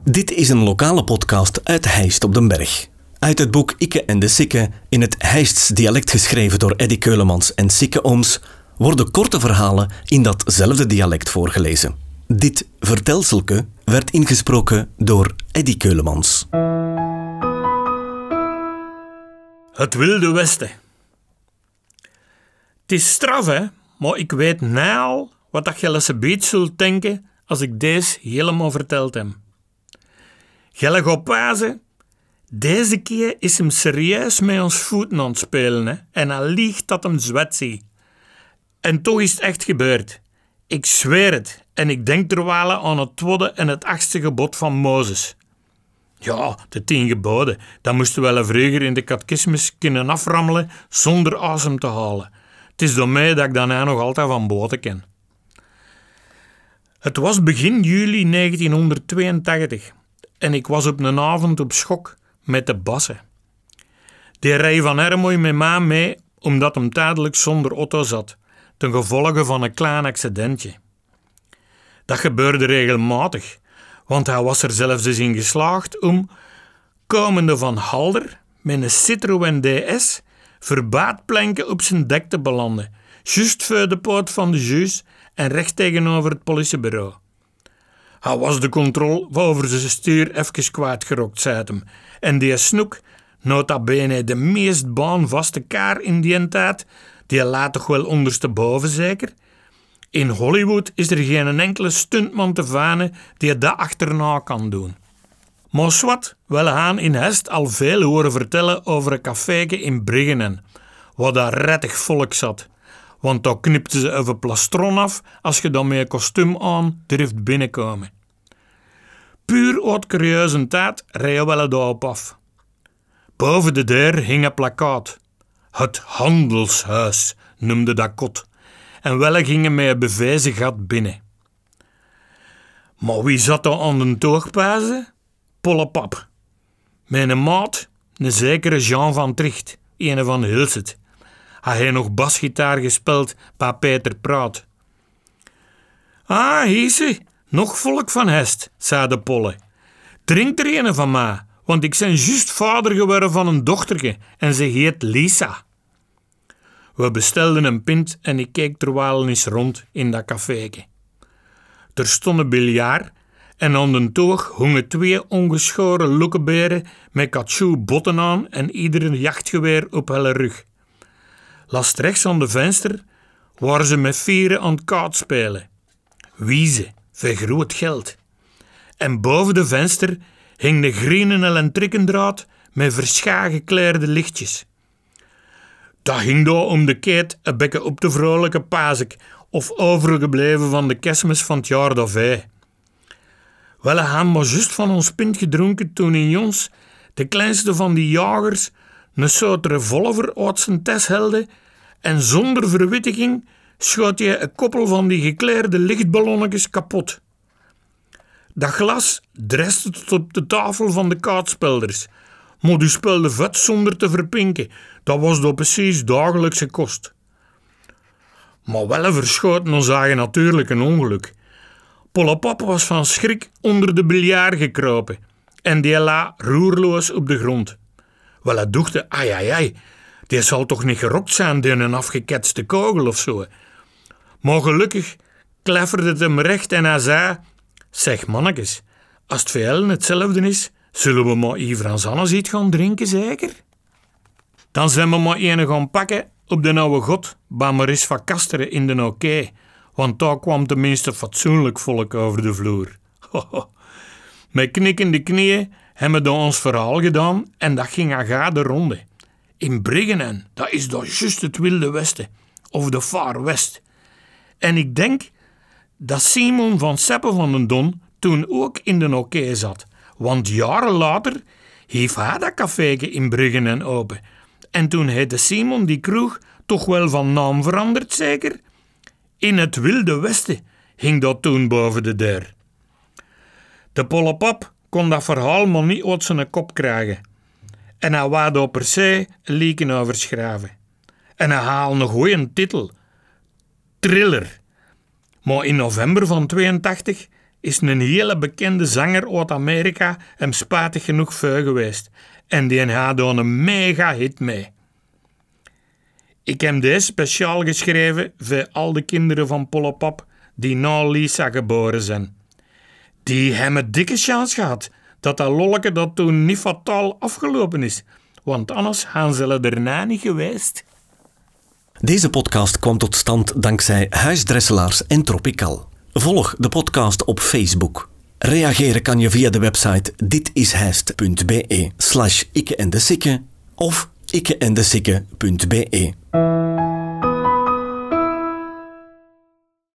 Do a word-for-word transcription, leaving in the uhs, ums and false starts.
Dit is een lokale podcast uit Heist op den Berg. Uit het boek Ikke en de Sikke, in het Heists dialect geschreven door Eddy Keulemans en Sikke Ooms, worden korte verhalen in datzelfde dialect voorgelezen. Dit vertelselke werd ingesproken door Eddy Keulemans. Het Wilde Westen. Het is straf, hè, maar ik weet nu al wat dat je lesse beet zult denken als ik deze helemaal verteld heb. Gelle gaat pazen, deze keer is hem serieus met ons voeten aan het spelen, hè, en hij liegt dat hem zwet zie. En toch is het echt gebeurd. Ik zweer het, en ik denk terwijl aan het tweede en het achtste gebod van Mozes. Ja, de tien geboden, dat moesten we wel vroeger in de catechismus kunnen aframmelen zonder asem te halen. Het is door mij dat ik daarna nog altijd van boten ken. Het was begin juli negentienhonderdtweeëntachtig en ik was op een avond op schok met de bassen. Die rij van Ermoy met mij mee omdat hem tijdelijk zonder auto zat, ten gevolge van een klein accidentje. Dat gebeurde regelmatig, want hij was er zelfs eens in geslaagd om, komende van Halder, met een Citroën D S, verbaatplanken op zijn dek te belanden, juist voor de poort van de juis en recht tegenover het politiebureau. Hij was de controle over zijn stuur even kwijtgerokt, zei hem, en die snoek, nota bene de meest baanvaste kaar in die tijd, die laat toch wel ondersteboven zeker? In Hollywood is er geen enkele stuntman te vanen die dat achterna kan doen. Maar zwart, wel gaan in Hest al veel horen vertellen over een caféke in Briggenen, waar daar rettig volk zat. Want daar knipten ze even plastron af als je dan met een kostuum aan durft binnenkomen. Puur uit curieuze tijd reed wel daarop af. Boven de deur hing een plakkaat. Het handelshuis noemde dat kot. En wel gingen met een bevezen gat binnen. Maar wie zat daar aan de toogpazen? Pollepap. Met een maat, een zekere Jean van Tricht, een van Hulset. Hij heeft nog basgitaar gespeeld bij Peter Praat. Ah, hier ze, nog volk van Hest, zei de Polle. Drink er een van mij, want ik ben juist vader geworden van een dochterke en ze heet Lisa. We bestelden een pint en ik keek terwijl eens rond in dat caféke. Er stond een biljart en aan de toog hongen twee ongeschoren loekenberen met caoutchouc botten aan en ieder een jachtgeweer op hun rug. Last rechts aan de venster waren ze met vieren aan het kaart spelen. Wiezen, voor groot geld. En boven de venster hing de groene elektriekendraad met verschaagekleurde lichtjes. Dat hing daar om de keet een bekken op de vrolijke pazek of overgebleven van de kerstmis van het jaar daarvoor. Wel, we hebben maar juist van ons pint gedronken toen in Jons, de kleinste van die jagers, een soort revolver uit zijn tas helde en zonder verwittiging schoot hij een koppel van die gekleurde lichtballonnetjes kapot. Dat glas dreste tot op de tafel van de kaartspelders, maar die speelde vet zonder te verpinken. Dat was door precies dagelijkse kost. Maar wel verschoten ons zagen natuurlijk een ongeluk. Pollepap was van schrik onder de biljart gekropen en die la roerloos op de grond. Wel, hij dacht, ai ai ai, die zal toch niet gerokt zijn door een afgeketste kogel of zo. Maar gelukkig klefferde het hem recht en hij zei, zeg mannetjes, als het voor Ellen hetzelfde is, zullen we maar Iver en Zannes iets gaan drinken, zeker? Dan zijn we maar ene gaan pakken op de oude god bij Maurice van Kasteren in de Oké, want daar kwam tenminste fatsoenlijk volk over de vloer. Met knikkende knieën hebben we ons verhaal gedaan en dat ging aga de ronde. In Briggenen, dat is daar juist het Wilde Westen, of de Far West. En ik denk dat Simon van Seppen van den Don toen ook in de Oké zat, want jaren later heeft hij dat caféke in Briggenen open. En toen heette Simon die kroeg toch wel van naam veranderd, zeker? In het Wilde Westen hing dat toen boven de deur. De Pollepap kon dat verhaal maar niet uit zijn kop krijgen. En hij wou daar per se een lieken over schrijven. En hij haalde een goeie titel. Thriller. Maar in november van tweeëntachtig is een hele bekende zanger uit Amerika hem spijtig genoeg vuil geweest. En die had dan een mega hit mee. Ik heb deze speciaal geschreven voor al de kinderen van Pollepap die na Lisa geboren zijn. Die hebben een dikke kans gehad dat dat lolleke dat toen niet fataal afgelopen is. Want anders gaan ze erna niet geweest. Deze podcast kwam tot stand dankzij Huisdresselaars en Tropical. Volg de podcast op Facebook. Reageren kan je via de website ditishijst.be slash ikke en de sikke of ikke en de sikke punt be.